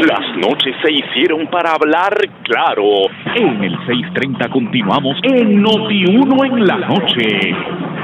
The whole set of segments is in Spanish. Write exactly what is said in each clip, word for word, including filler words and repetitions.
Las noches se hicieron para hablar claro. En el seiscientos treinta continuamos en Noti uno en la noche.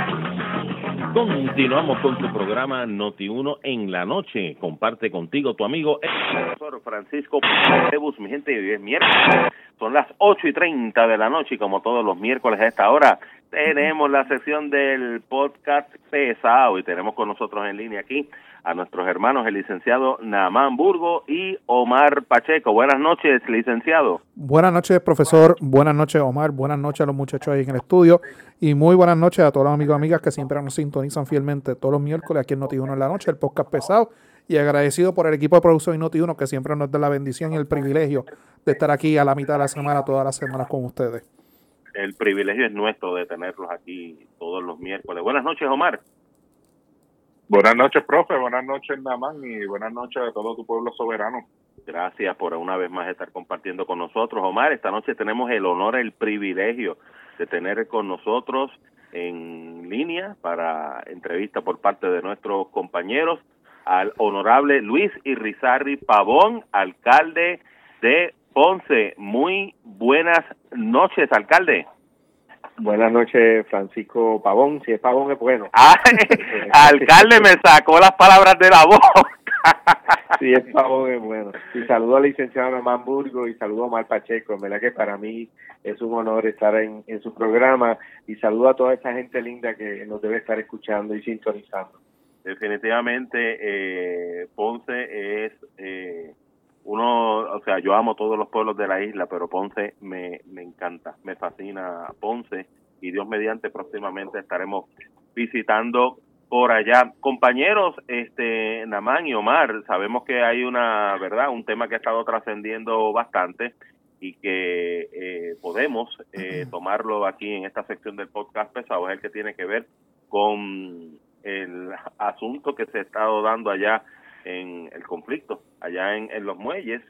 Continuamos con tu programa Noti uno en la noche. Comparte contigo tu amigo el profesor Francisco Pebus. Mi gente, hoy es miércoles. Son las ocho y treinta de la noche y como todos los miércoles a esta hora tenemos la sección del podcast pesado y tenemos con nosotros en línea aquí a nuestros hermanos, el licenciado Naamán Burgos y Omar Pacheco. Buenas noches, licenciado. Buenas noches, profesor. Buenas noches, Omar. Buenas noches a los muchachos ahí en el estudio. Y muy buenas noches a todos los amigos y amigas que siempre nos sintonizan fielmente todos los miércoles aquí en Noti uno en la noche, el podcast pesado. Y agradecido por el equipo de producción de Noti uno que siempre nos da la bendición y el privilegio de estar aquí a la mitad de la semana, todas las semanas con ustedes. El privilegio es nuestro de tenerlos aquí todos los miércoles. Buenas noches, Omar. Buenas noches, profe, buenas noches, Naamán, y buenas noches a todo tu pueblo soberano. Gracias por una vez más estar compartiendo con nosotros, Omar. Esta noche tenemos el honor, el privilegio de tener con nosotros en línea para entrevista por parte de nuestros compañeros al honorable Luis Irizarry Pavón, alcalde de Ponce. Muy buenas noches, alcalde. Buenas noches, Francisco Pavón. Si es Pavón es bueno. Ah, alcalde, me sacó las palabras de la boca. Si es Pavón es bueno. Y saludo al licenciado Naamán Burgos y saludo a Omar Pacheco. En verdad que para mí es un honor estar en, en su programa y saludo a toda esa gente linda que nos debe estar escuchando y sintonizando. Definitivamente, eh, Ponce es... Eh, Uno, o sea, yo amo todos los pueblos de la isla, pero Ponce me, me encanta, me fascina Ponce y Dios mediante próximamente estaremos visitando por allá. Compañeros, este Naamán y Omar, sabemos que hay una, ¿verdad? Un tema que ha estado trascendiendo bastante y que eh, podemos eh, tomarlo aquí en esta sección del podcast pesado, es el que tiene que ver con el asunto que se ha estado dando allá en el conflicto, allá en, en los muelles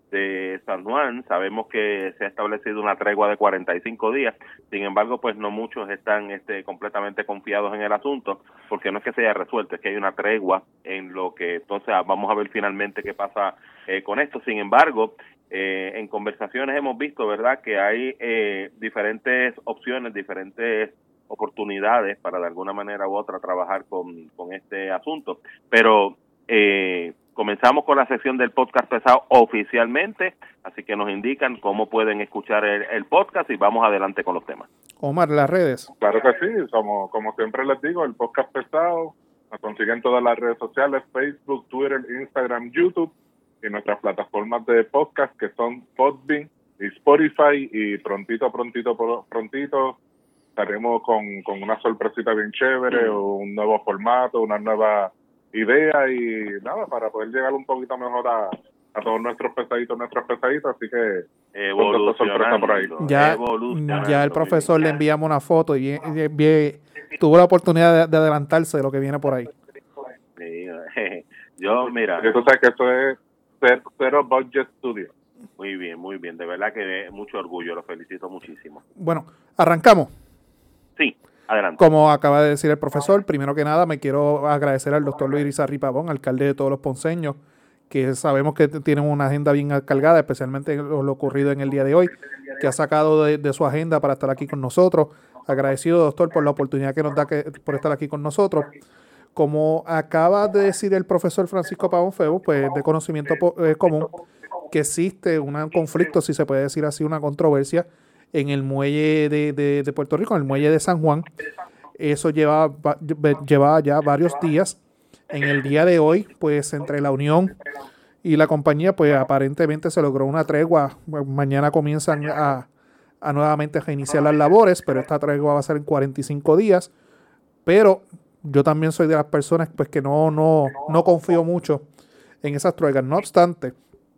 de San Juan. Sabemos que se ha establecido una tregua de cuarenta y cinco días, sin embargo, pues no muchos están este, completamente confiados en el asunto, porque no es que se haya resuelto, es que hay una tregua en lo que, entonces vamos a ver finalmente qué pasa eh, con esto. Sin embargo, eh, en conversaciones hemos visto, ¿verdad?, que hay eh, diferentes opciones, diferentes oportunidades para de alguna manera u otra trabajar con, con este asunto, pero Eh, comenzamos con la sección del podcast pesado oficialmente, así que nos indican cómo pueden escuchar el, el podcast y vamos adelante con los temas. Omar, las redes. Claro que sí, somos, como siempre les digo, el podcast pesado. Nos consiguen todas las redes sociales, Facebook, Twitter, Instagram, YouTube y nuestras plataformas de podcast que son Podbean y Spotify, y prontito, prontito, prontito estaremos con, con una sorpresita bien chévere, mm. o un nuevo formato, una nueva idea y nada, para poder llegar un poquito mejor a, a todos nuestros pesaditos, nuestros pesaditos, así que evolucionando por ahí. Ya, ya el profesor le enviamos una foto y, y, y tuvo la oportunidad de, de adelantarse de lo que viene por ahí. Sí, yo, mira. Yo sé que esto es cero, cero budget studio. Muy bien, muy bien, de verdad que mucho orgullo, lo felicito muchísimo. Bueno, arrancamos. Sí. Adelante. Como acaba de decir el profesor, primero que nada me quiero agradecer al doctor Luis Irizarry Pavón, alcalde de todos los ponceños, que sabemos que tienen una agenda bien cargada, especialmente lo, lo ocurrido en el día de hoy, que ha sacado de, de su agenda para estar aquí con nosotros. Agradecido, doctor, por la oportunidad que nos da que, por estar aquí con nosotros. Como acaba de decir el profesor Francisco Pavón Febus, pues de conocimiento eh, común, que existe un conflicto, si se puede decir así, una controversia en el muelle de, de, de Puerto Rico, en el muelle de San Juan. Eso lleva, lleva ya varios días. En el día de hoy, pues entre la Unión y la compañía, pues aparentemente se logró una tregua. Mañana comienzan a, a nuevamente a reiniciar las labores, pero esta tregua va a ser en cuarenta y cinco días. Pero yo también soy de las personas pues que no, no, no confío mucho en esas treguas. No obstante,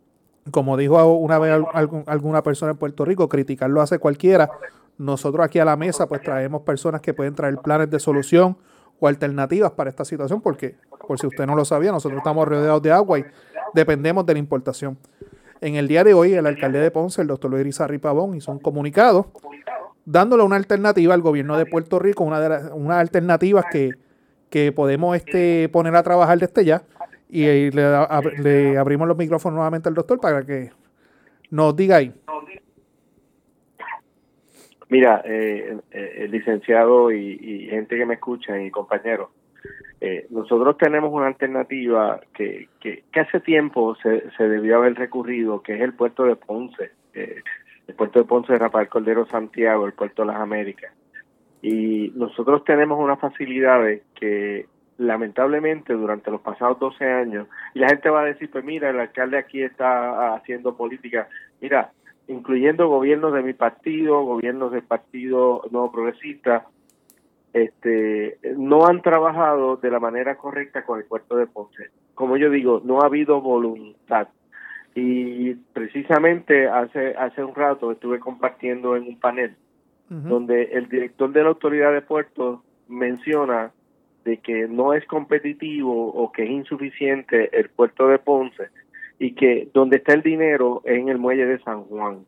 como dijo una vez algún, alguna persona en Puerto Rico, criticarlo hace cualquiera. Nosotros aquí a la mesa pues traemos personas que pueden traer planes de solución o alternativas para esta situación, porque, por si usted no lo sabía, nosotros estamos rodeados de agua y dependemos de la importación. En el día de hoy, el alcalde de Ponce, el doctor Luis Irizarry Pavón, hizo un comunicado dándole una alternativa al gobierno de Puerto Rico, una de las, unas alternativas que, que podemos este, poner a trabajar desde ya, Y, y le, ab- le abrimos los micrófonos nuevamente al doctor para que nos diga ahí. Mira, eh, eh, el licenciado y, y gente que me escucha y compañeros, eh, nosotros tenemos una alternativa que, que, que hace tiempo se, se debió haber recurrido, que es el puerto de Ponce, eh, el puerto de Ponce de Rafael Cordero Santiago, el puerto de las Américas. Y nosotros tenemos unas facilidades que lamentablemente durante los pasados doce años, y la gente va a decir, pues mira, el alcalde aquí está haciendo política, mira, incluyendo gobiernos de mi partido, gobiernos del Partido Nuevo Progresista, este, no han trabajado de la manera correcta con el puerto de Ponce. Como yo digo, no ha habido voluntad. Y precisamente hace hace un rato estuve compartiendo en un panel uh-huh. donde el director de la Autoridad de Puertos menciona de que no es competitivo o que es insuficiente el puerto de Ponce y que donde está el dinero es en el muelle de San Juan.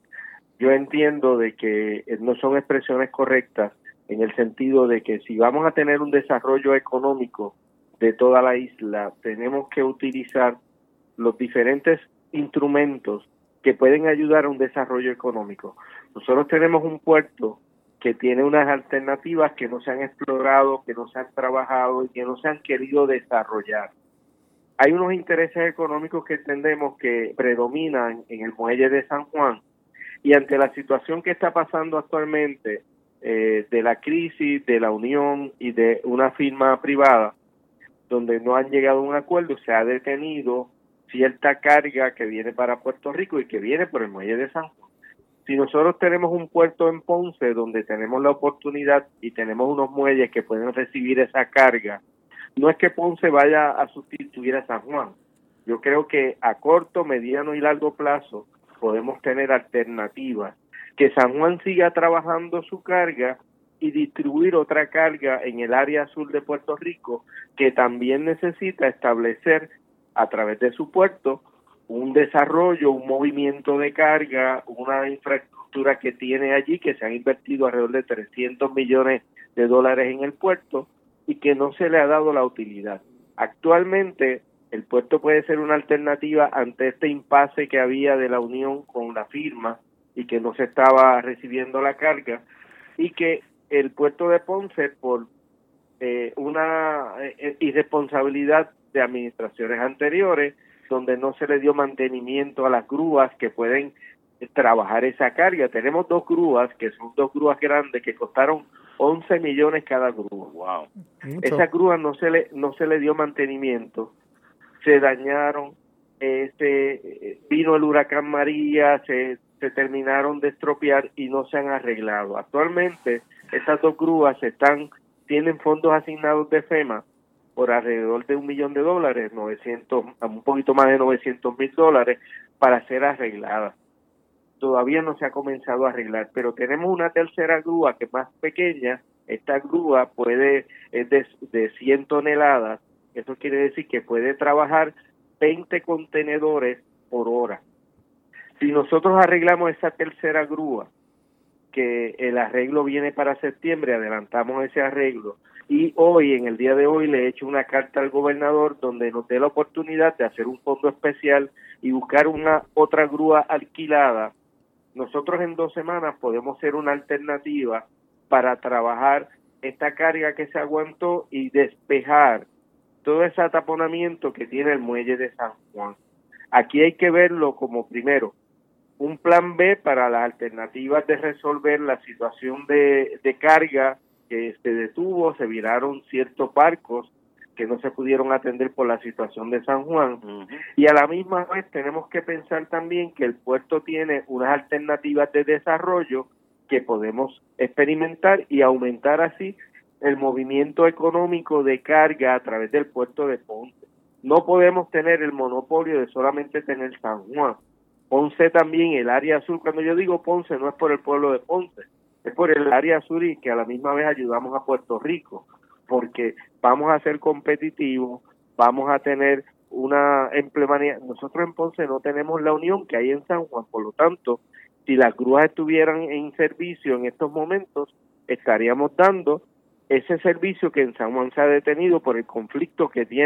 Yo entiendo de que no son expresiones correctas en el sentido de que si vamos a tener un desarrollo económico de toda la isla, tenemos que utilizar los diferentes instrumentos que pueden ayudar a un desarrollo económico. Nosotros tenemos un puerto que tiene unas alternativas que no se han explorado, que no se han trabajado y que no se han querido desarrollar. Hay unos intereses económicos que entendemos que predominan en el muelle de San Juan y ante la situación que está pasando actualmente eh, de la crisis, de la unión y de una firma privada, donde no han llegado a un acuerdo, se ha detenido cierta carga que viene para Puerto Rico y que viene por el muelle de San Juan. Si nosotros tenemos un puerto en Ponce donde tenemos la oportunidad y tenemos unos muelles que pueden recibir esa carga, no es que Ponce vaya a sustituir a San Juan. Yo creo que a corto, mediano y largo plazo podemos tener alternativas. Que San Juan siga trabajando su carga y distribuir otra carga en el área sur de Puerto Rico que también necesita establecer a través de su puerto un desarrollo, un movimiento de carga, una infraestructura que tiene allí, que se han invertido alrededor de trescientos millones de dólares en el puerto y que no se le ha dado la utilidad. Actualmente, el puerto puede ser una alternativa ante este impasse que había de la unión con la firma y que no se estaba recibiendo la carga, y que el puerto de Ponce, por eh, una eh, irresponsabilidad de administraciones anteriores, donde no se le dio mantenimiento a las grúas que pueden trabajar esa carga. Tenemos dos grúas, que son dos grúas grandes, que costaron once millones cada grúa. Wow. Esas grúas no se le no se le dio mantenimiento, se dañaron, este vino el huracán María, se, se terminaron de estropear y no se han arreglado. Actualmente, esas dos grúas están tienen fondos asignados de FEMA por alrededor de un millón de dólares, novecientos, un poquito más de novecientos mil dólares para ser arregladas. Todavía no se ha comenzado a arreglar, pero tenemos una tercera grúa que es más pequeña. Esta grúa puede es de, de cien toneladas, eso quiere decir que puede trabajar veinte contenedores por hora. Si nosotros arreglamos esa tercera grúa, que el arreglo viene para septiembre, adelantamos ese arreglo, y hoy, en el día de hoy, le he hecho una carta al gobernador donde nos dé la oportunidad de hacer un fondo especial y buscar una otra grúa alquilada. Nosotros en dos semanas podemos ser una alternativa para trabajar esta carga que se aguantó y despejar todo ese ataponamiento que tiene el muelle de San Juan. Aquí hay que verlo como, primero, un plan B para las alternativas de resolver la situación de, de carga que se detuvo, se viraron ciertos barcos que no se pudieron atender por la situación de San Juan. Uh-huh. Y a la misma vez tenemos que pensar también que el puerto tiene unas alternativas de desarrollo que podemos experimentar y aumentar así el movimiento económico de carga a través del puerto de Ponce. No podemos tener el monopolio de solamente tener San Juan. Ponce también, el área sur, cuando yo digo Ponce no es por el pueblo de Ponce, es por el área sur y que a la misma vez ayudamos a Puerto Rico, porque vamos a ser competitivos, vamos a tener una empleomanía. Nosotros en Ponce no tenemos la unión que hay en San Juan, por lo tanto, si las grúas estuvieran en servicio en estos momentos, estaríamos dando ese servicio que en San Juan se ha detenido por el conflicto que tienen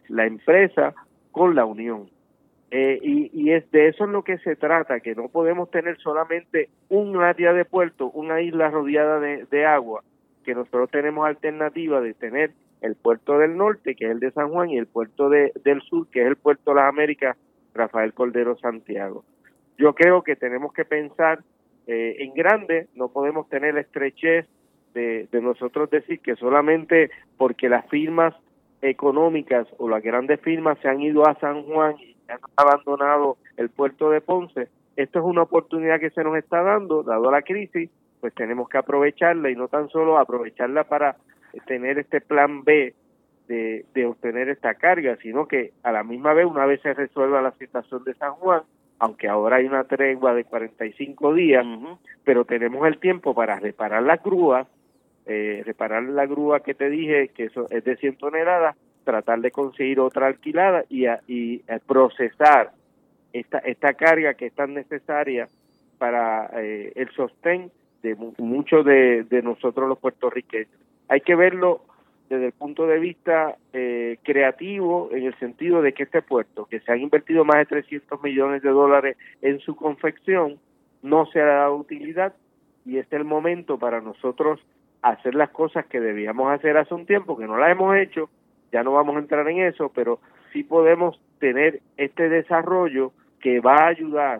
la empresa con la unión. Eh, y, y es de eso es lo que se trata, que no podemos tener solamente un área de puerto, una isla rodeada de, de agua, que nosotros tenemos alternativa de tener el puerto del norte, que es el de San Juan, y el puerto de, del sur, que es el puerto de las Américas, Rafael Cordero Santiago. Yo creo que tenemos que pensar eh, en grande, no podemos tener la estrechez de, de nosotros decir que solamente porque las firmas económicas o las grandes firmas se han ido a San Juan y han abandonado el puerto de Ponce, esto es una oportunidad que se nos está dando, dado la crisis, pues tenemos que aprovecharla y no tan solo aprovecharla para tener este plan B de, de obtener esta carga, sino que a la misma vez, una vez se resuelva la situación de San Juan, aunque ahora hay una tregua de cuarenta y cinco días, uh-huh. pero tenemos el tiempo para reparar las grúas, eh, reparar la grúa que te dije, que eso es de cien toneladas, tratar de conseguir otra alquilada y, a, y a procesar esta esta carga que es tan necesaria para eh, el sostén de mu- muchos de, de nosotros los puertorriqueños. Hay que verlo desde el punto de vista eh, creativo, en el sentido de que este puerto, que se han invertido más de trescientos millones de dólares en su confección, no se ha dado utilidad, y este es el momento para nosotros hacer las cosas que debíamos hacer hace un tiempo, que no las hemos hecho. Ya no vamos a entrar en eso, pero sí podemos tener este desarrollo que va a ayudar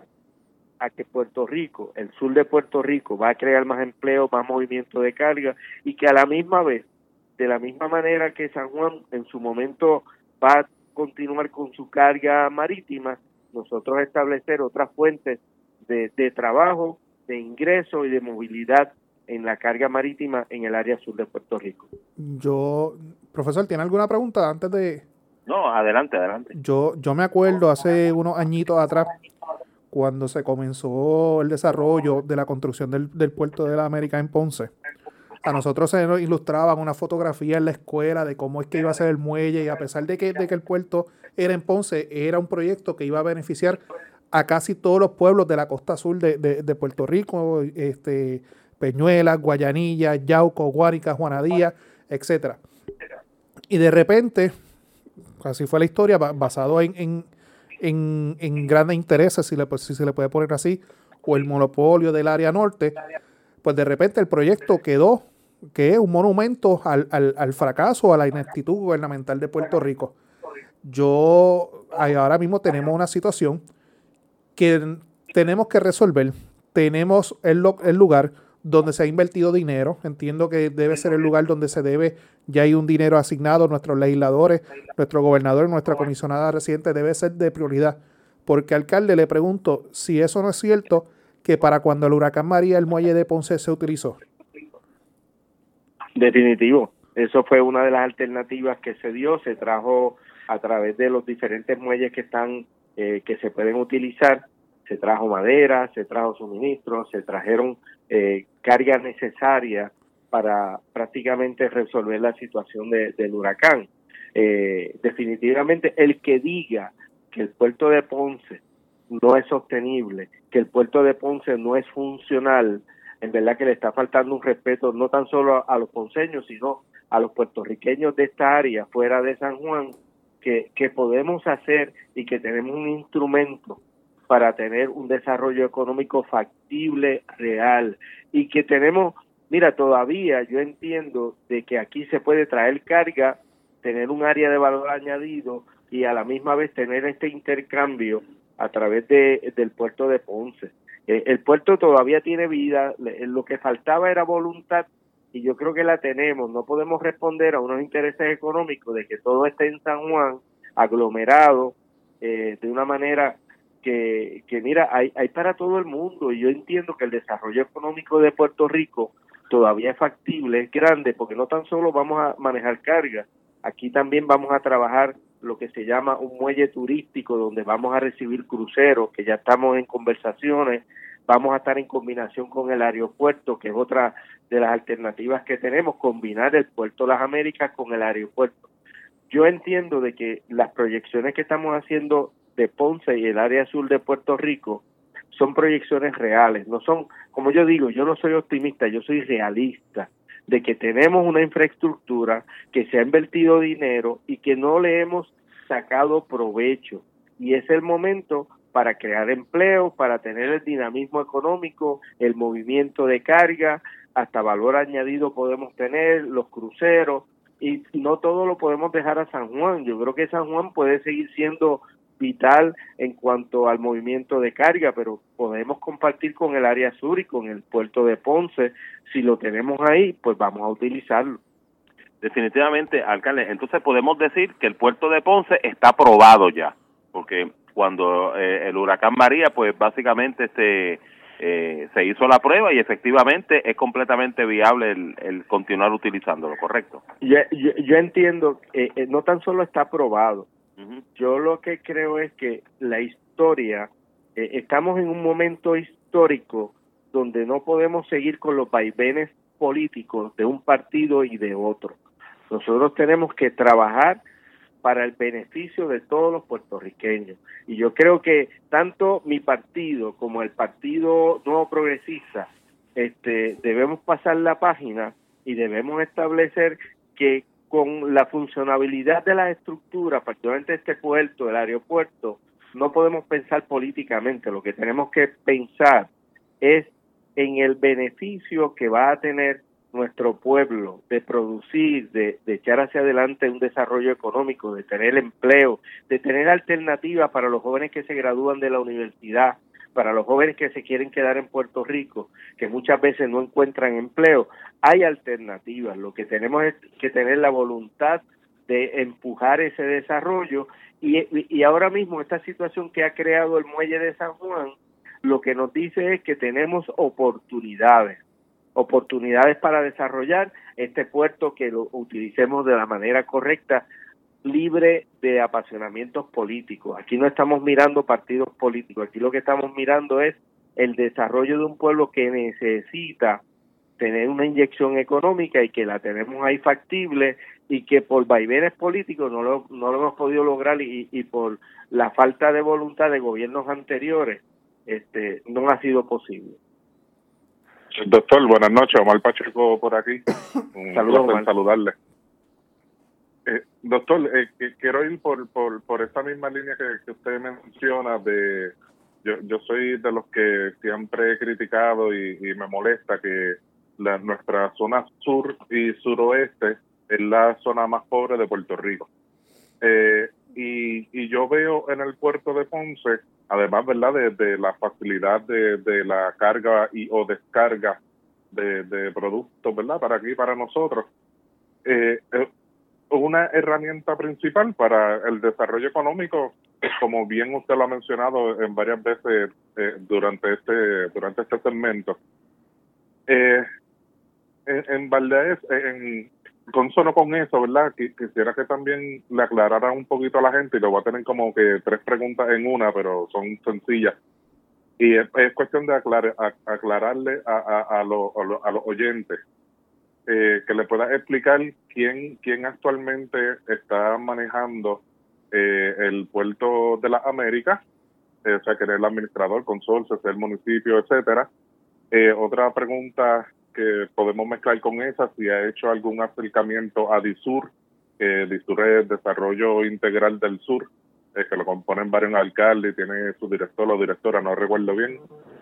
a que Puerto Rico, el sur de Puerto Rico, va a crear más empleo, más movimiento de carga, y que a la misma vez, de la misma manera que San Juan en su momento va a continuar con su carga marítima, nosotros establecer otras fuentes de, de trabajo, de ingreso y de movilidad en la carga marítima en el área sur de Puerto Rico. Yo, profesor, ¿tiene alguna pregunta antes de...? No, adelante, adelante. Yo, yo me acuerdo hace unos añitos atrás, cuando se comenzó el desarrollo de la construcción del, del puerto de la América en Ponce, a nosotros se nos ilustraban una fotografía en la escuela de cómo es que iba a ser el muelle, y a pesar de que, de que el puerto era en Ponce, era un proyecto que iba a beneficiar a casi todos los pueblos de la costa sur de, de, de Puerto Rico, este, Peñuelas, Guayanilla, Yauco, Guánica, Juanadía, etcétera. Y de repente, así fue la historia, basado en, en, en, en grandes intereses, si, le, si se le puede poner así, o el monopolio del área norte, pues de repente el proyecto quedó, que es un monumento al, al, al fracaso, a la ineptitud gubernamental de Puerto Rico. Yo, ahora mismo tenemos una situación que tenemos que resolver. Tenemos el, el lugar donde se ha invertido dinero. Entiendo que debe ser el lugar donde se debe, ya hay un dinero asignado, nuestros legisladores, nuestro gobernador, nuestra comisionada residente debe ser de prioridad. Porque, alcalde, le pregunto si eso no es cierto, que para cuando el huracán María el muelle de Ponce se utilizó. Definitivo. Eso fue una de las alternativas que se dio, se trajo a través de los diferentes muelles que están eh, que se pueden utilizar, se trajo madera, se trajo suministros, se trajeron eh, cargas necesarias para prácticamente resolver la situación de, del huracán. Eh, definitivamente el que diga que el puerto de Ponce no es sostenible, que el puerto de Ponce no es funcional, en verdad que le está faltando un respeto no tan solo a, a los ponceños, sino a los puertorriqueños de esta área, fuera de San Juan, que, que podemos hacer y que tenemos un instrumento para tener un desarrollo económico factible, real, y que tenemos, mira, todavía yo entiendo de que aquí se puede traer carga, tener un área de valor añadido y a la misma vez tener este intercambio a través de del puerto de Ponce. Eh, el puerto todavía tiene vida, le, lo que faltaba era voluntad, y yo creo que la tenemos. No podemos responder a unos intereses económicos de que todo esté en San Juan, aglomerado, eh, de una manera que, que mira, hay, hay para todo el mundo, y yo entiendo que el desarrollo económico de Puerto Rico todavía es factible, es grande, porque no tan solo vamos a manejar carga, aquí también vamos a trabajar lo que se llama un muelle turístico, donde vamos a recibir cruceros, que ya estamos en conversaciones, vamos a estar en combinación con el aeropuerto, que es otra de las alternativas que tenemos, combinar el puerto de las Américas con el aeropuerto. Yo entiendo de que las proyecciones que estamos haciendo de Ponce y el área sur de Puerto Rico son proyecciones reales, no son, como yo digo, yo no soy optimista, yo soy realista, de que tenemos una infraestructura, que se ha invertido dinero y que no le hemos sacado provecho. Y es el momento para crear empleo, para tener el dinamismo económico, el movimiento de carga, hasta valor añadido podemos tener, los cruceros, y no todo lo podemos dejar a San Juan. Yo creo que San Juan puede seguir siendo vital en cuanto al movimiento de carga, pero podemos compartir con el área sur y con el puerto de Ponce. Si lo tenemos ahí, pues vamos a utilizarlo. Definitivamente, alcalde, entonces podemos decir que el puerto de Ponce está aprobado ya, porque cuando eh, el huracán María, pues básicamente este eh, se hizo la prueba y efectivamente es completamente viable el, el continuar utilizándolo, ¿correcto? Yo, yo, yo entiendo, eh, eh, no tan solo está aprobado, uh-huh. Yo lo que creo es que la historia, eh, estamos en un momento histórico donde no podemos seguir con los vaivenes políticos de un partido y de otro. Nosotros tenemos que trabajar para el beneficio de todos los puertorriqueños. Y yo creo que tanto mi partido como el Partido Nuevo Progresista este, debemos pasar la página y debemos establecer que con la funcionabilidad de las estructuras, particularmente este puerto, el aeropuerto, no podemos pensar políticamente. Lo que tenemos que pensar es en el beneficio que va a tener nuestro pueblo de producir, de, de echar hacia adelante un desarrollo económico, de tener empleo, de tener alternativas para los jóvenes que se gradúan de la universidad, para los jóvenes que se quieren quedar en Puerto Rico, que muchas veces no encuentran empleo. Hay alternativas. Lo que tenemos es que tener la voluntad de empujar ese desarrollo y, y ahora mismo esta situación que ha creado el muelle de San Juan, lo que nos dice es que tenemos oportunidades. oportunidades para desarrollar este puerto, que lo utilicemos de la manera correcta, libre de apasionamientos políticos. Aquí no estamos mirando partidos políticos, aquí lo que estamos mirando es el desarrollo de un pueblo que necesita tener una inyección económica y que la tenemos ahí factible y que por vaivenes políticos no lo, no lo hemos podido lograr y, y por la falta de voluntad de gobiernos anteriores este no ha sido posible. Doctor, buenas noches, Omar Pacheco por aquí. Un Saludos, placer saludarle. Eh, doctor, eh, quiero ir por, por por esta misma línea que, que usted menciona de yo yo soy de los que siempre he criticado y, y me molesta que la, nuestra zona sur y suroeste es la zona más pobre de Puerto Rico. Eh, y, y yo veo en el puerto de Ponce, además, ¿verdad?, de, de la facilidad de, de la carga y o descarga de, de productos, ¿verdad?, para aquí, para nosotros, eh, eh, una herramienta principal para el desarrollo económico, como bien usted lo ha mencionado en varias veces eh, durante este durante este segmento. Eh, en, en Valdez, en consono con eso, ¿verdad? Quisiera que también le aclarara un poquito a la gente, y le voy a tener como que tres preguntas en una, pero son sencillas. Y es, es cuestión de aclarar, a, aclararle a, a, a, lo, a, lo, a los oyentes, eh, que le pueda explicar quién quién actualmente está manejando eh, el puerto de las Américas, eh, o sea, que es el administrador, consorcio, el municipio, etcétera. Eh, otra pregunta que podemos mezclar con esa, si ha hecho algún acercamiento a DISUR, que DISUR es Desarrollo Integral del Sur, eh, que lo componen varios alcaldes y tiene su director o directora, no recuerdo bien.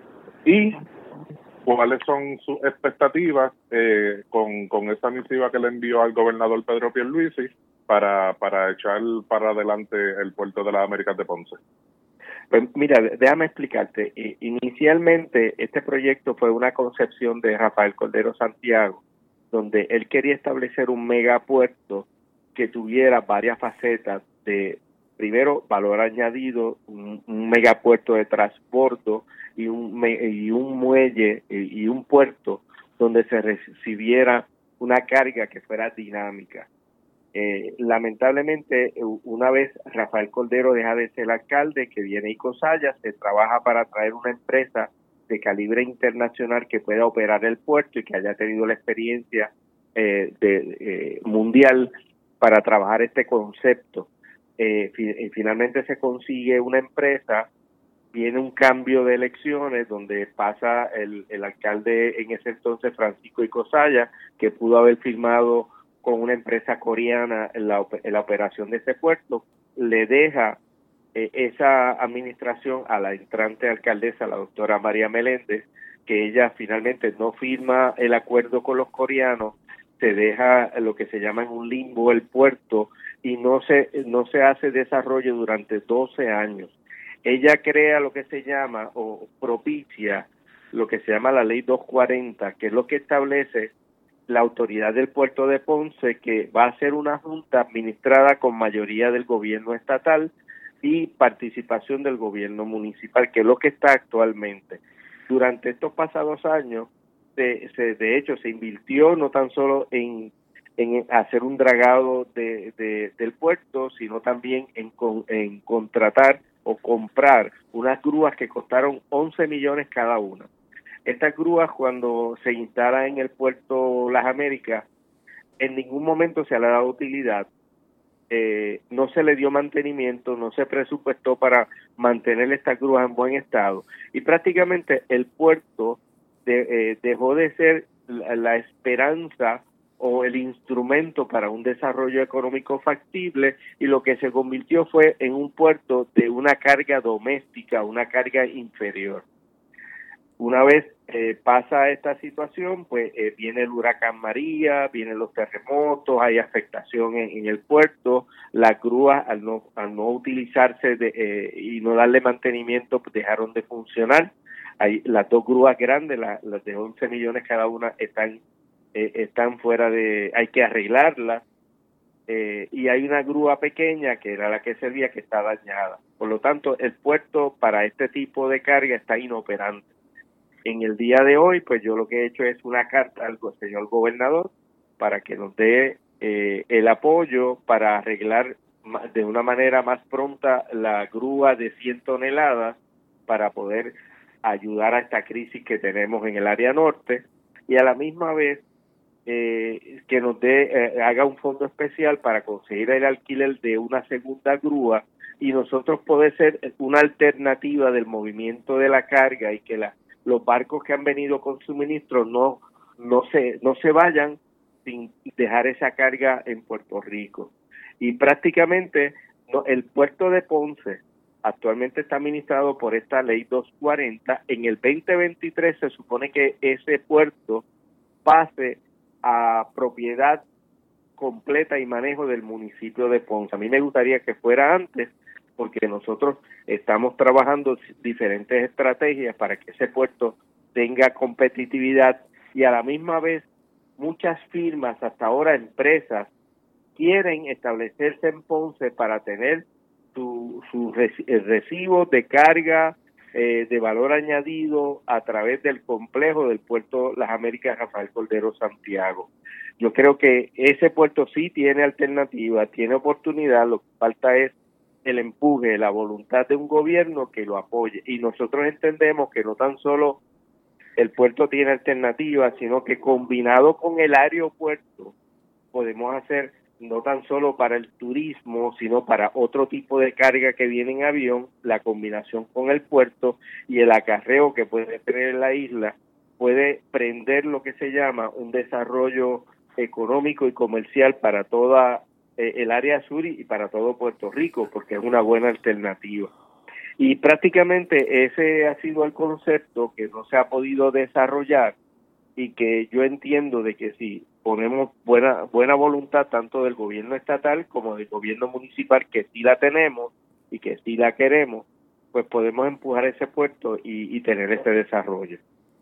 Y cuáles son sus expectativas eh, con, con esa misiva que le envió al gobernador Pedro Pierluisi para, para echar para adelante el puerto de las Américas de Ponce. Pues mira, déjame explicarte. Inicialmente este proyecto fue una concepción de Rafael Cordero Santiago, donde él quería establecer un megapuerto que tuviera varias facetas de, primero, valor añadido, un, un megapuerto de transbordo y un, y un muelle y un puerto donde se recibiera una carga que fuera dinámica. Eh, lamentablemente, una vez Rafael Cordero deja de ser alcalde, que viene Icosaya, se trabaja para traer una empresa de calibre internacional que pueda operar el puerto y que haya tenido la experiencia eh, de, eh, mundial para trabajar este concepto. Eh, fi- finalmente se consigue una empresa, viene un cambio de elecciones donde pasa el, el alcalde en ese entonces, Francisco Icosaya, que pudo haber firmado con una empresa coreana en la, en la operación de ese puerto, le deja eh, esa administración a la entrante alcaldesa, la doctora María Meléndez, que ella finalmente no firma el acuerdo con los coreanos, se deja lo que se llama en un limbo el puerto y no se no se hace desarrollo durante doce años. Ella crea lo que se llama o propicia lo que se llama la ley doscientos cuarenta, que es lo que establece la autoridad del puerto de Ponce, que va a ser una junta administrada con mayoría del gobierno estatal y participación del gobierno municipal, que es lo que está actualmente. Durante estos pasados años, se, se, de hecho, se invirtió no tan solo en, en hacer un dragado de, de, del puerto, sino también en, en contratar o comprar unas grúas que costaron once millones cada una. Estas grúas, cuando se instalan en el puerto Las Américas, en ningún momento se le ha dado utilidad, eh, no se le dio mantenimiento, no se presupuestó para mantener estas grúas en buen estado, y prácticamente el puerto de, eh, dejó de ser la, la esperanza o el instrumento para un desarrollo económico factible, y lo que se convirtió fue en un puerto de una carga doméstica, una carga inferior. Una vez eh, pasa esta situación, pues eh, viene el huracán María, vienen los terremotos, hay afectación en, en el puerto, las grúas al no al no utilizarse de, eh, y no darle mantenimiento, pues dejaron de funcionar. Hay las dos grúas grandes, la, las de once millones cada una, están eh, están fuera de, hay que arreglarlas, eh, y hay una grúa pequeña que era la que servía, que está dañada. Por lo tanto, el puerto para este tipo de carga está inoperante. En el día de hoy, pues yo lo que he hecho es una carta al señor gobernador para que nos dé eh, el apoyo para arreglar de una manera más pronta la grúa de cien toneladas para poder ayudar a esta crisis que tenemos en el área norte, y a la misma vez eh, que nos dé, eh, haga un fondo especial para conseguir el alquiler de una segunda grúa y nosotros poder ser una alternativa del movimiento de la carga, y que la los barcos que han venido con suministros no no se no se vayan sin dejar esa carga en Puerto Rico. Y prácticamente no, el puerto de Ponce actualmente está administrado por esta ley doscientos cuarenta. En el veinte veintitrés se supone que ese puerto pase a propiedad completa y manejo del municipio de Ponce. A mí me gustaría que fuera antes, porque nosotros estamos trabajando diferentes estrategias para que ese puerto tenga competitividad, y a la misma vez muchas firmas, hasta ahora empresas, quieren establecerse en Ponce para tener su, su recibo de carga eh, de valor añadido a través del complejo del puerto Las Américas Rafael Cordero Santiago. Yo creo que ese puerto sí tiene alternativa, tiene oportunidad, lo que falta es el empuje, la voluntad de un gobierno que lo apoye, y nosotros entendemos que no tan solo el puerto tiene alternativas, sino que combinado con el aeropuerto podemos hacer no tan solo para el turismo, sino para otro tipo de carga que viene en avión, la combinación con el puerto y el acarreo que puede tener la isla puede prender lo que se llama un desarrollo económico y comercial para toda el área sur y para todo Puerto Rico, porque es una buena alternativa. Y prácticamente ese ha sido el concepto que no se ha podido desarrollar, y que yo entiendo de que si ponemos buena buena voluntad tanto del gobierno estatal como del gobierno municipal, que sí la tenemos y que sí la queremos, pues podemos empujar ese puerto y, y tener ese desarrollo.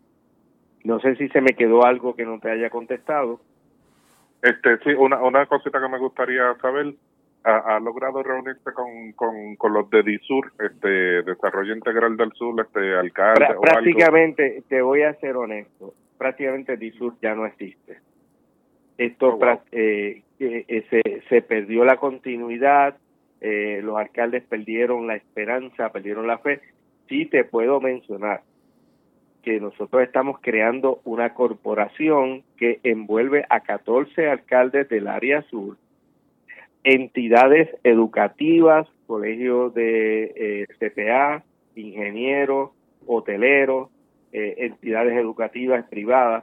No sé si se me quedó algo que no te haya contestado. Este, sí, una, una cosita que me gustaría saber, ¿ha, ha logrado reunirse con, con, con los de DISUR, este, Desarrollo Integral del Sur, este, alcalde Prá- o prácticamente, algo? Te voy a ser honesto, prácticamente DISUR ya no existe. Esto Oh, wow. eh, eh, se, se perdió la continuidad, eh, los alcaldes perdieron la esperanza, perdieron la fe. Sí te puedo mencionar que nosotros estamos creando una corporación que envuelve a catorce alcaldes del área sur, entidades educativas, colegios de eh, C P A, ingenieros, hoteleros, eh, entidades educativas privadas,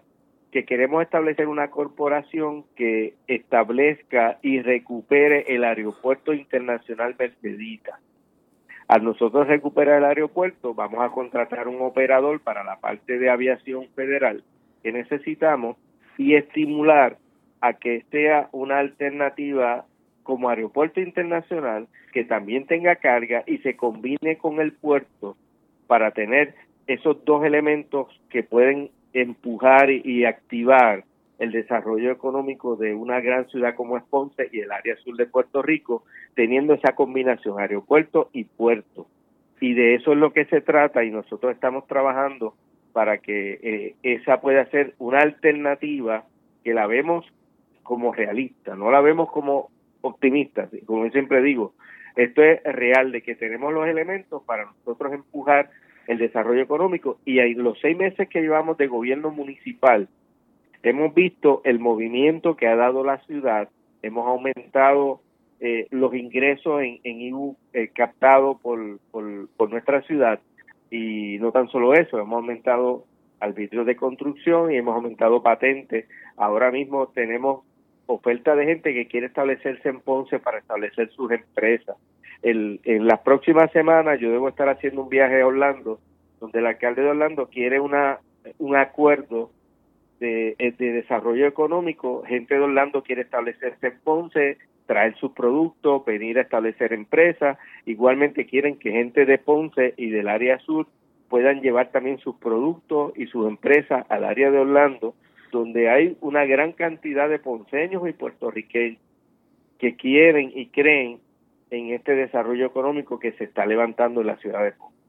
que queremos establecer una corporación que establezca y recupere el Aeropuerto Internacional Mercedita. Al nosotros recuperar el aeropuerto, vamos a contratar un operador para la parte de aviación federal que necesitamos y estimular a que sea una alternativa como aeropuerto internacional que también tenga carga y se combine con el puerto para tener esos dos elementos que pueden empujar y, y activar el desarrollo económico de una gran ciudad como es Ponce y el área sur de Puerto Rico, teniendo esa combinación aeropuerto y puerto. Y de eso es lo que se trata y nosotros estamos trabajando para que eh, esa pueda ser una alternativa que la vemos como realista, no la vemos como optimista. Como yo siempre digo, esto es real, de que tenemos los elementos para nosotros empujar el desarrollo económico y en los seis meses que llevamos de gobierno municipal hemos visto el movimiento que ha dado la ciudad, hemos aumentado eh, los ingresos en, en I V U eh, captado por, por, por nuestra ciudad y no tan solo eso, hemos aumentado arbitrios de construcción y hemos aumentado patentes. Ahora mismo tenemos oferta de gente que quiere establecerse en Ponce para establecer sus empresas. El, en las próximas semanas yo debo estar haciendo un viaje a Orlando, donde el alcalde de Orlando quiere una un acuerdo de, de desarrollo económico. Gente de Orlando quiere establecerse en Ponce, traer sus productos, venir a establecer empresas. Igualmente quieren que gente de Ponce y del área sur puedan llevar también sus productos y sus empresas al área de Orlando, donde hay una gran cantidad de ponceños y puertorriqueños que quieren y creen en este desarrollo económico que se está levantando en la ciudad de Ponce.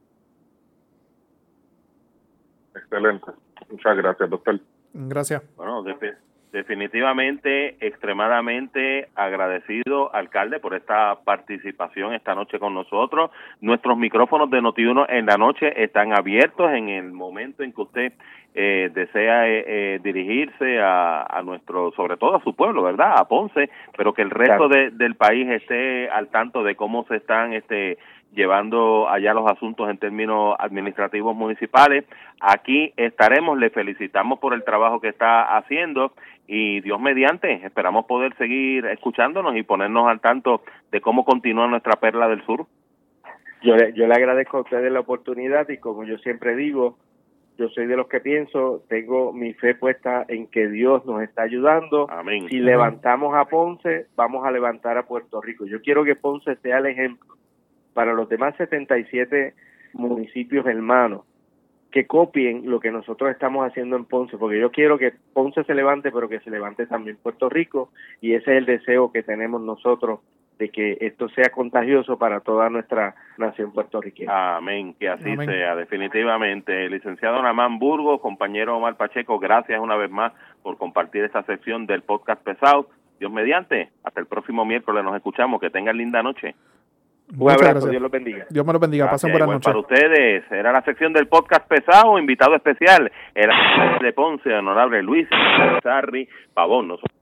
Excelente. Muchas gracias, doctor. Gracias. Bueno, de, definitivamente, extremadamente agradecido, alcalde, por esta participación esta noche con nosotros. Nuestros micrófonos de Noti uno en la noche están abiertos en el momento en que usted eh, desea eh, eh, dirigirse a, a nuestro, sobre todo a su pueblo, ¿verdad? A Ponce, pero que el resto claro. de, del país esté al tanto de cómo se están este llevando allá los asuntos en términos administrativos municipales. Aquí estaremos, le felicitamos por el trabajo que está haciendo y Dios mediante, esperamos poder seguir escuchándonos y ponernos al tanto de cómo continúa nuestra perla del sur. Yo, yo le agradezco a ustedes la oportunidad y como yo siempre digo, yo soy de los que pienso, tengo mi fe puesta en que Dios nos está ayudando. Amén. Si levantamos a Ponce, vamos a levantar a Puerto Rico. Yo quiero que Ponce sea el ejemplo para los demás setenta y siete municipios hermanos, que copien lo que nosotros estamos haciendo en Ponce, porque yo quiero que Ponce se levante, pero que se levante también Puerto Rico, y ese es el deseo que tenemos nosotros, de que esto sea contagioso para toda nuestra nación puertorriqueña. Amén, que así Amén. sea, definitivamente. Licenciado Namán Burgos, compañero Omar Pacheco, gracias una vez más por compartir esta sección del podcast pesado. Dios mediante, hasta el próximo miércoles nos escuchamos, que tengan linda noche. Un abrazo, Dios los bendiga. Dios me los bendiga, pasen buenas noches. Para ustedes, era la sección del podcast pesado, invitado especial, el alcalde de Ponce, honorable Luis Sarri Pavón. Nosotros